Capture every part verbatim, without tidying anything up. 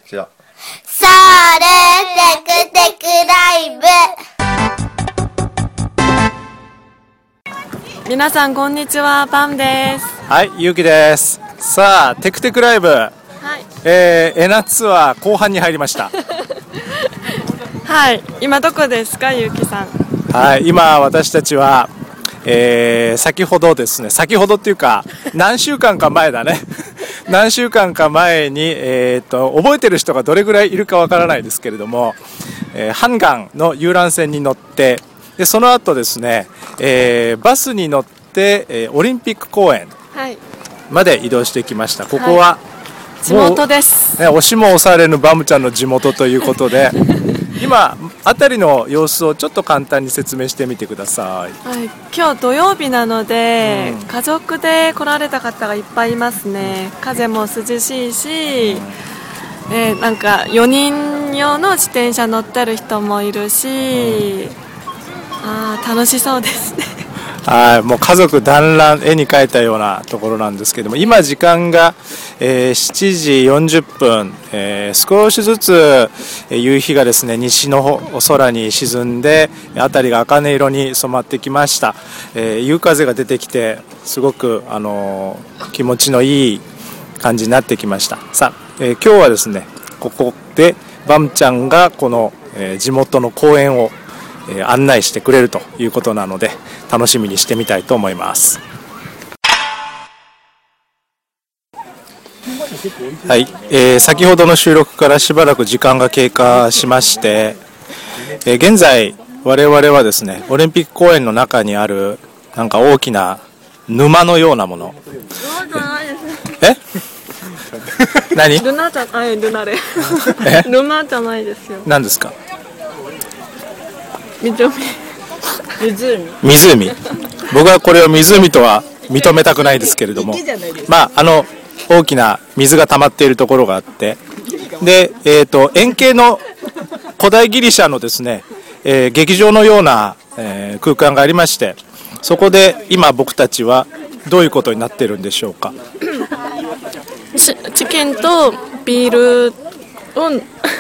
じゃあそれテクテクライブ。皆さんこんにちは、パンです。 はい、ゆうきです。さあテクテクライブ、はい、えー、エナツアー後半に入りましたはい、今どこですか、ゆうきさん。 はい、今私たちは、えー、先ほどですね先ほどっていうか何週間か前だね何週間か前に、えー、と覚えてる人がどれぐらいいるかわからないですけれども、えー、ハンガンの遊覧船に乗って、でその後ですね、えー、バスに乗って、えー、オリンピック公園まで移動してきました。ここは、はい、 地元です、 ね、押しも押されぬバムちゃんの地元ということで今辺りの様子をちょっと簡単に説明してみてください。 はい、今日土曜日なので、うん、家族で来られた方がいっぱいいますね。風も涼しいし、うん、えー、なんかよにん用の自転車乗ってる人もいるし、うん、あ楽しそうですねはい、もう家族団らん、絵に描いたようなところなんですけども、今時間が、えー、しちじよんじゅっぷん、えー、少しずつ、えー、夕日がですね西の空に沈んで辺りが茜色に染まってきました。えー、夕風が出てきてすごく、あのー、気持ちのいい感じになってきました。さあ、えー、今日はですねここでバムちゃんがこの、えー、地元の公園を案内してくれるということなので楽しみにしてみたいと思います。はい、えー、先ほどの収録からしばらく時間が経過しまして、えー、現在我々はですねオリンピック公園の中にあるなんか大きな沼のようなものえ何ルナじゃないルナレ沼じゃないですよ。 何ですか？ 湖湖僕はこれを湖とは認めたくないですけれども、まああの大きな水が溜まっているところがあって、で、えーと、円形の古代ギリシャのですね、えー、劇場のような、えー、空間がありまして、そこで今僕たちはどういうことになっているんでしょうか。 チ, チキンとビールを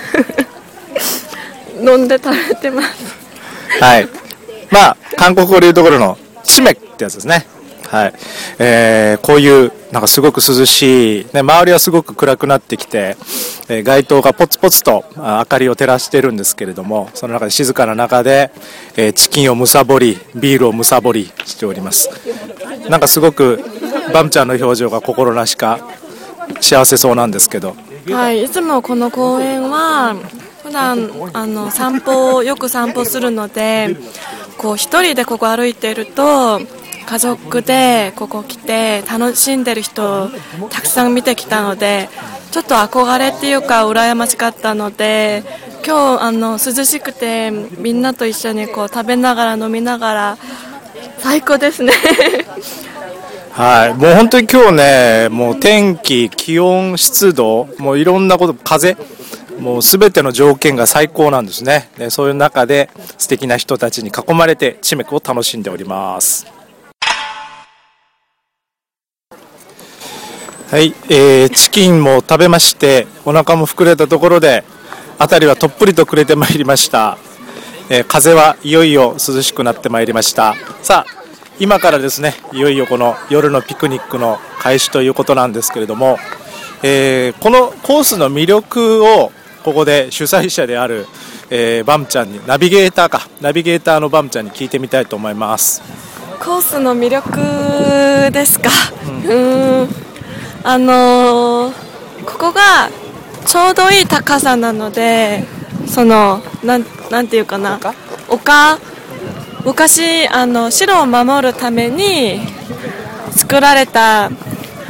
飲んで食べてますはい、まあ韓国語でいうところのチメってやつですね。はい、えー、こういうなんかすごく涼しい、ね、周りはすごく暗くなってきて、えー、街灯がポツポツと明かりを照らしてるんですけれども、その中で静かな中で、えー、チキンをむさぼりビールをむさぼりしております。なんかすごくバムちゃんの表情が心なしか幸せそうなんですけど、 はい、いつもこの公園は普段あの散歩をよく散歩するので、こう一人でここ歩いていると家族でここ来て楽しんでる人をたくさん見てきたので、ちょっと憧れっていうか羨ましかったので、今日あの涼しくてみんなと一緒にこう食べながら飲みながら最高ですねはい、もう本当に今日ね、もう天気、気温、湿度、もういろんなこと、風、もうすべての条件が最高なんですね。で、そういう中で素敵な人たちに囲まれてチメクを楽しんでおります。はい、えー、チキンも食べましてお腹も膨れたところで辺りはとっぷりと暮れてまいりました。えー、風はいよいよ涼しくなってまいりました。さあ今からですねいよいよこの夜のピクニックの開始ということなんですけれども、えー、このコースの魅力をここで主催者である、えー、バムちゃんにナビゲーターかナビゲーターのバムちゃんに聞いてみたいと思います。 コースの魅力ですか。うん、うーんあのー、ここがちょうどいい高さなので、そのなんなんていうかな、丘昔あの城を守るために作られたあの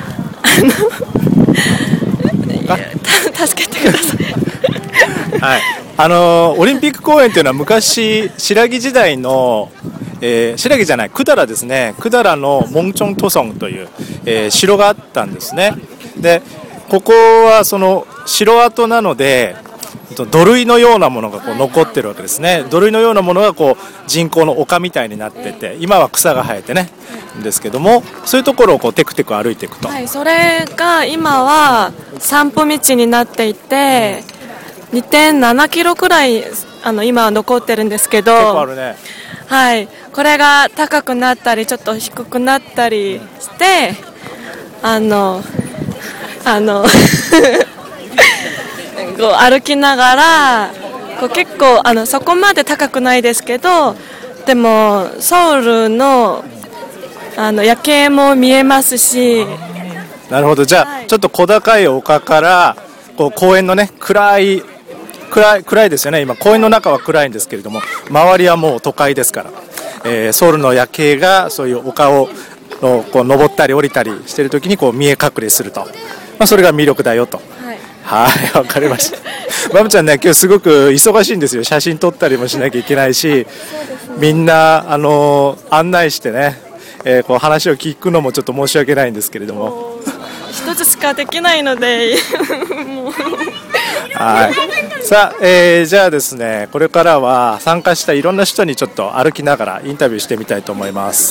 助けてくださいはい、あのー、オリンピック公園というのは昔新羅時代の、えー、新羅じゃない百済ですね、百済のモンチョントソンという、えー、城があったんですね。でここはその城跡なので土塁のようなものがこう残ってるわけですね。土塁のようなものがこう人工の丘みたいになってて、今は草が生えてねですけども、そういうところをこうテクテク歩いていくと、 はい、それが今は散歩道になっていて、 にてんななキロくらいあの今は残ってるんですけど、 結構あるね。 はい、これが高くなったりちょっと低くなったりしてあのあのこう歩きながらこう結構あのそこまで高くないですけど、でもソウルのあの夜景も見えますし。 なるほど。じゃあ、 はい、 ちょっと小高い丘からこう公園のね暗い暗い暗いですよね。今公園の中は暗いんですけれども、周りはもう都会ですから、えー、ソウルの夜景がそういう丘をのこう登ったり降りたりしているときにこう見え隠れすると、まあ、それが魅力だよと。はい、わかりました。マムちゃんね、今日すごく忙しいんですよ。写真撮ったりもしなきゃいけないし、みんなあのー、案内してね、えー、こう話を聞くのもちょっと申し訳ないんですけれども。 一つしかできないのでもうはい、さあ、えー、じゃあですね、これからは参加したいろんな人にちょっと歩きながらインタビューしてみたいと思います。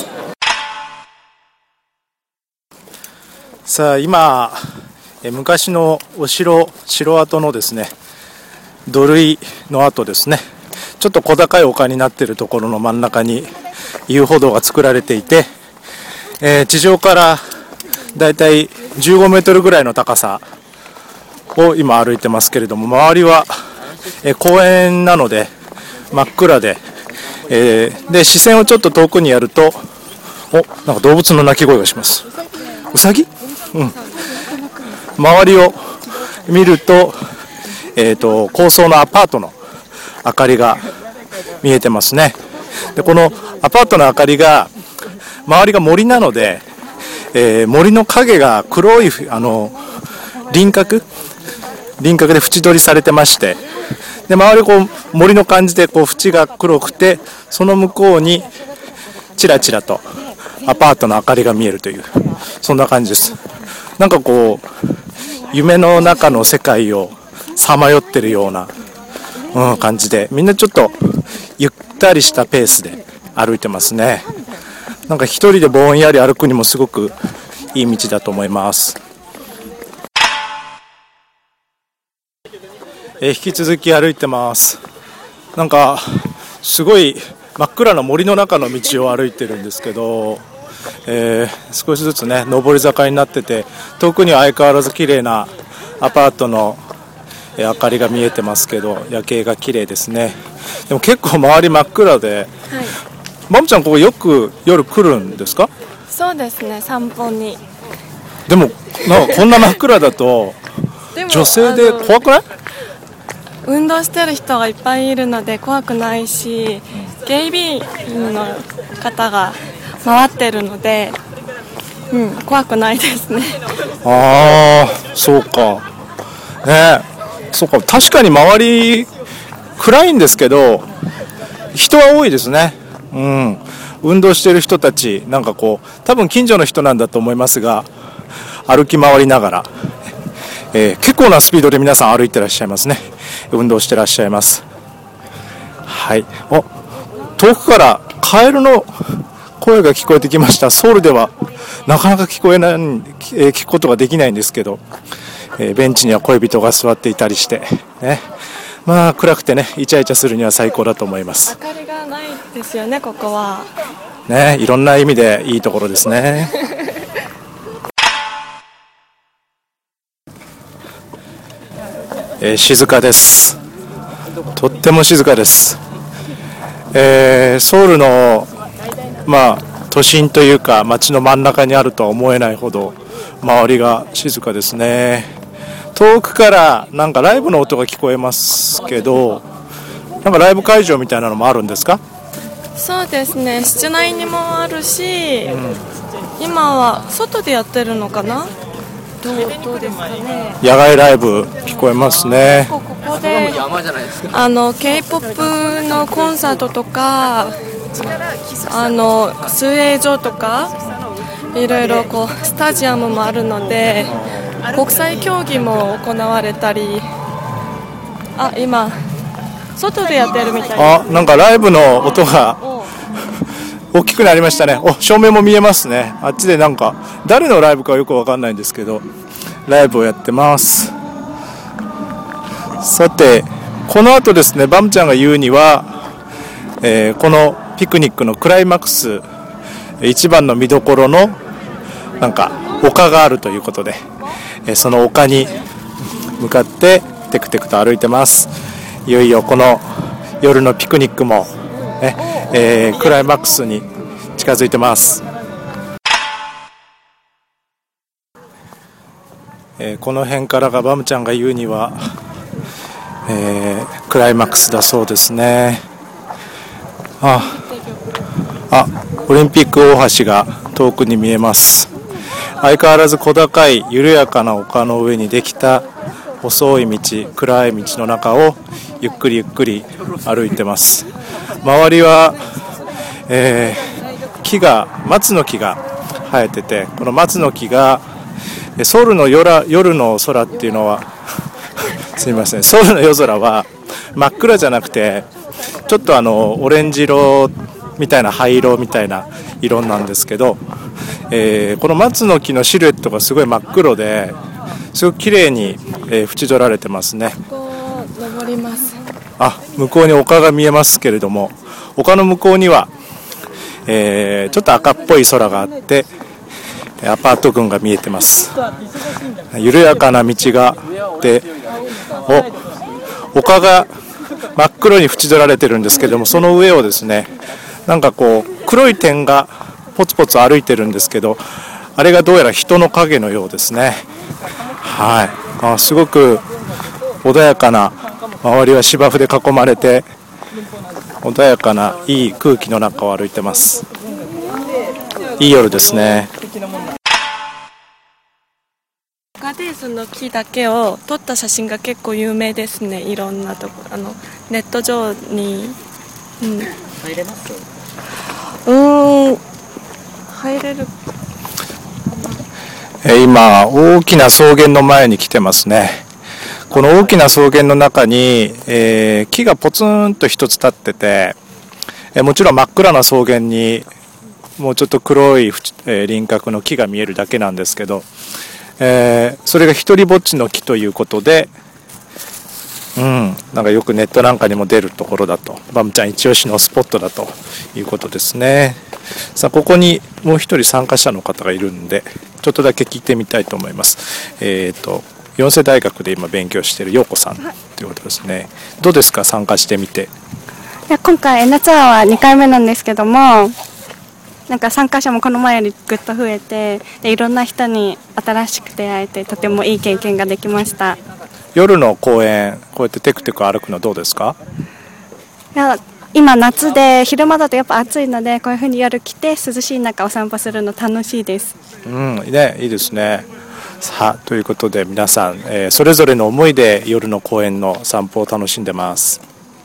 さあ今、え昔のお城城跡のですね土塁の跡ですね、ちょっと小高い丘になっているところの真ん中に遊歩道が作られていて、えー、地上からだいたいじゅうごメートルぐらいの高さを今歩いてますけれども、周りは、えー、公園なので真っ暗で、えー、で視線をちょっと遠くにやると、お、なんか動物の鳴き声がします。ウサギ？うん。周りを見ると、えーと、高層のアパートの明かりが見えてますね。でこのアパートの明かりが周りが森なので、えー、森の影が黒いあの輪郭輪郭で縁取りされてまして、で周りこう森の感じでこう縁が黒くて、その向こうにちらちらとアパートの明かりが見えるという、そんな感じです。なんかこう夢の中の世界をさまよってるような、うん、感じで、みんなちょっとゆったりしたペースで歩いてますね。なんか一人でぼんやり歩くにもすごくいい道だと思います。えー、引き続き歩いてます。なんかすごい真っ暗な森の中の道を歩いてるんですけど、えー、少しずつね上り坂になってて、遠くには相変わらず綺麗なアパートの明かりが見えてますけど、夜景が綺麗ですね。でも結構周り真っ暗で、はい、マムちゃんここよく夜来るんですか？ そうですね、散歩に。 でもなんかこんな真っ暗だと女性で怖くない？ 運動してる人がいっぱいいるので怖くないし、警備員の方が回ってるので、うん、怖くないですね。 ああ、そうかね。そうか、確かに周り暗いんですけど人は多いですね。うん、運動してる人たち、なんかこう多分近所の人なんだと思いますが、歩き回りながら、えー、結構なスピードで皆さん歩いてらっしゃいますね。運動してらっしゃいます。はい、お、遠くからカエルの声が聞こえてきました。ソウルではなかなか聞こえない、えー、聞くことができないんですけど、えー、ベンチには恋人が座っていたりしてね、まあ暗くてねイチャイチャするには最高だと思います。 明かりがないですよね、ここはね。いろんな意味でいいところですね。えー、静かです。とっても静かです。えー、ソウルのまあ都心というか街の真ん中にあるとは思えないほど周りが静かですね。遠くからなんかライブの音が聞こえますけど、なんかライブ会場みたいなのもあるんですか？ そうですね、室内にもあるし、うん、今は外でやってるのかな。どう、どうですかね。野外ライブ聞こえますね。 ここであの ケーポップ のコンサートとか、あの水泳場とかいろいろこうスタジアムもあるので、国際競技も行われたり、あ、今外でやってるみたいです。 あ、なんかライブの音が大きくなりましたね。お、照明も見えますね。あっちでなんか誰のライブかよくわかんないんですけど、ライブをやってます。 さてこの後ですね、バムちゃんが言うには、えー、このピクニックのクライマックス一番の見どころのなんか丘があるということで、えー、その丘に向かってテクテクと歩いてます。いよいよこの夜のピクニックも、ねえー、クライマックスに近づいてます。えー、この辺からがバムちゃんが言うには、えー、クライマックスだそうですね。ああ、オリンピック大橋が遠くに見えます。相変わらず小高い緩やかな丘の上にできた細い道、暗い道の中をゆっくりゆっくり歩いてます。周りは、えー、木が松の木が生えてて、この松の木がソウルの夜、夜の空っていうのはすみません、ソウルの夜空は真っ暗じゃなくてちょっとあのオレンジ色みたいな灰色みたいな色なんですけど、えー、この松の木のシルエットがすごい真っ黒ですごく綺麗に、えー、縁取られてますね。 ここ登ります。 あ、向こうに丘が見えますけれども、丘の向こうには、えー、ちょっと赤っぽい空があってアパート群が見えてます。緩やかな道があってお丘が真っ黒に縁取られてるんですけれども、その上をですね、なんかこう黒い点がポツポツ歩いてるんですけど、あれがどうやら人の影のようですね。はい、あ、すごく穏やかな、周りは芝生で囲まれて穏やかないい空気の中を歩いてます。いい夜ですね。 ガデーズの木だけを撮った写真が結構有名ですね。いろんなとこ、あのネット上に、うん、 入れます？ うーん、入れる。 え今大きな草原の前に来てますね。この大きな草原の中に、えー、木がポツンと一つ立ってて、えー、もちろん真っ暗な草原にもうちょっと黒い、えー、輪郭の木が見えるだけなんですけど、えー、それが一人ぼっちの木ということで、うん、なんかよくネットなんかにも出るところだと、バムちゃん一押しのスポットだということですね。さあここにもう一人参加者の方がいるんでちょっとだけ聞いてみたいと思います。えっと四世大学で今勉強している陽子さんということですね。どうですか、参加してみて。 いや、今回 N ツアーはにかいめなんですけども、なんか参加者もこの前よりぐっと増えて、でいろんな人に新しく出会えてとてもいい経験ができました。 夜の公園こうやってテクテク歩くのどうですか？ いや、今夏で昼間だとやっぱ暑いので、こういうふうに夜来て涼しい中お散歩するの楽しいです。 うんね、いいですね。さあということで皆さん、えー、それぞれの思いで夜の公園の散歩を楽しんでます。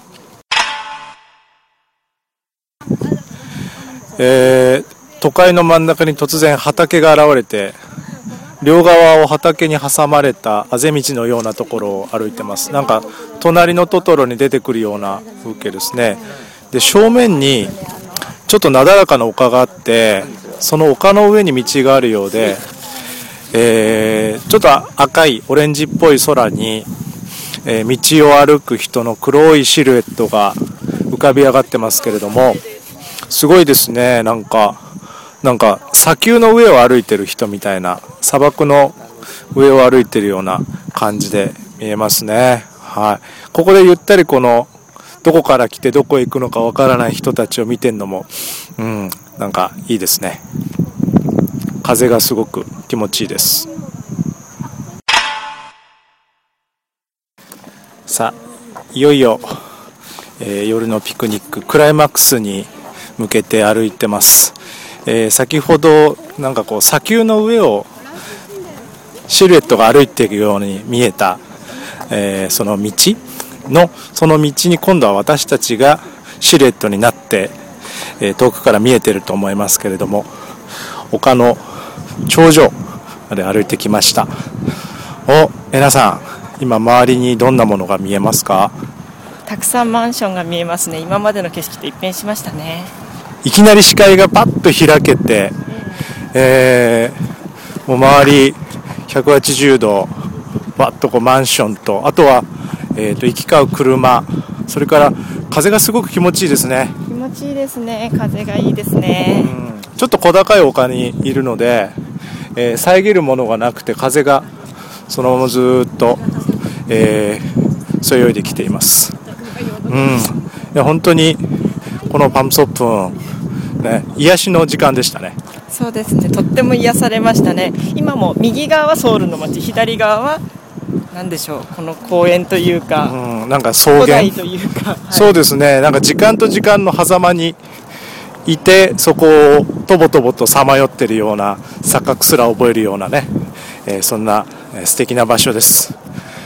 えー、都会の真ん中に突然畑が現れて、両側を畑に挟まれたあぜ道のようなところを歩いてます。なんか隣のトトロに出てくるような風景ですね。で正面にちょっとなだらかな丘があって、その丘の上に道があるようで、えー、ちょっと赤いオレンジっぽい空に、えー、道を歩く人の黒いシルエットが浮かび上がってますけれども、すごいですね。なんかなんか砂丘の上を歩いてる人みたいな、砂漠の上を歩いてるような感じで見えますね。はい、ここでゆったりこのどこから来てどこへ行くのかわからない人たちを見てるのも、うん、なんかいいですね。風がすごく気持ちいいです。さあいよいよ、えー、夜のピクニッククライマックスに向けて歩いてます。えー、先ほどなんかこう砂丘の上をシルエットが歩いているように見えた、えー、その道のその道に今度は私たちがシルエットになって、えー、遠くから見えていると思いますけれども、丘の頂上まで歩いてきました。お、皆さん今周りにどんなものが見えますか？ たくさんマンションが見えますね。今までの景色と一変しましたね。 いきなり視界がパッと開けて、えー、もう周りひゃくはちじゅうどバッとこうマンションと、あとは、 えー、と行き交う車、それから風がすごく気持ちいいですね。 気持ちいいですね。風がいいですね。 うん、ちょっと小高い丘にいるので、えー、遮るものがなくて風がそのままずっと、えー、そよいできています。うん、いや本当にこのパムソップン、ね、癒しの時間でしたね。 そうですね。とっても癒されましたね。今も右側はソウルの街、左側は何でしょう、この公園というか、 うん、なんか草原古代というか、はい、 そうですね。なんか時間と時間の狭間にいて、そこをとぼとぼとさまよっているような錯覚すら覚えるようなね、えー、そんな、えー、素敵な場所です。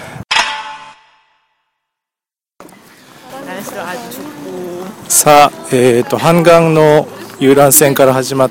さあ、えー、とハンガンの遊覧船から始まって、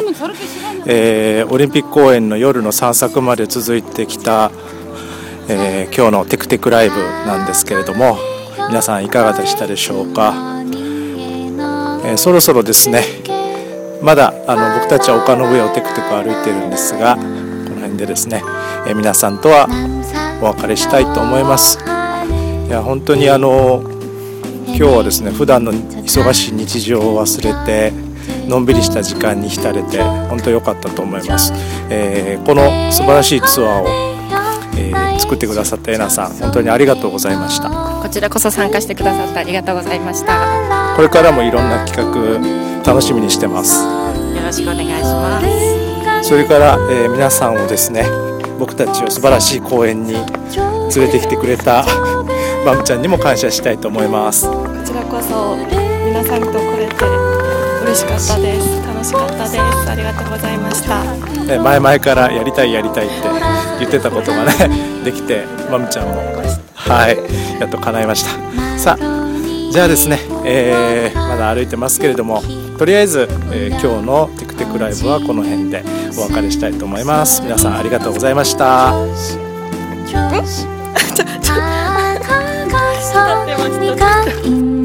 えー、オリンピック公園の夜の散策まで続いてきた、えー、今日のテクテクライブなんですけれども、皆さんいかがでしたでしょうか。えー、そろそろですね、まだあの僕たちは丘の上をテクテク歩いているんですが、この辺でですね、えー、皆さんとはお別れしたいと思います。いや本当にあの今日はですね、普段の忙しい日常を忘れてのんびりした時間に浸れて本当良かったと思います。えー、この素晴らしいツアーを、えー、作ってくださったエナさん、本当にありがとうございました。 こちらこそ参加してくださってありがとうございました。 これからもいろんな企画楽しみにしてます。 よろしくお願いします。 それから、えー、皆さんをですね、僕たちを素晴らしい公園に連れてきてくれたバムちゃんにも感謝したいと思います。 こちらこそ皆さんと来れて嬉しかったです。楽しかったです。ありがとうございました。 ね、前々からやりたいやりたいって言ってたことがねできて、バムちゃんもはいやっと叶いました。さあじゃあですね、えー、まだ歩いてますけれども、とりあえず、えー、今日のテクテクライブはこの辺でお別れしたいと思います。皆さんありがとうございました。 赤がそにがい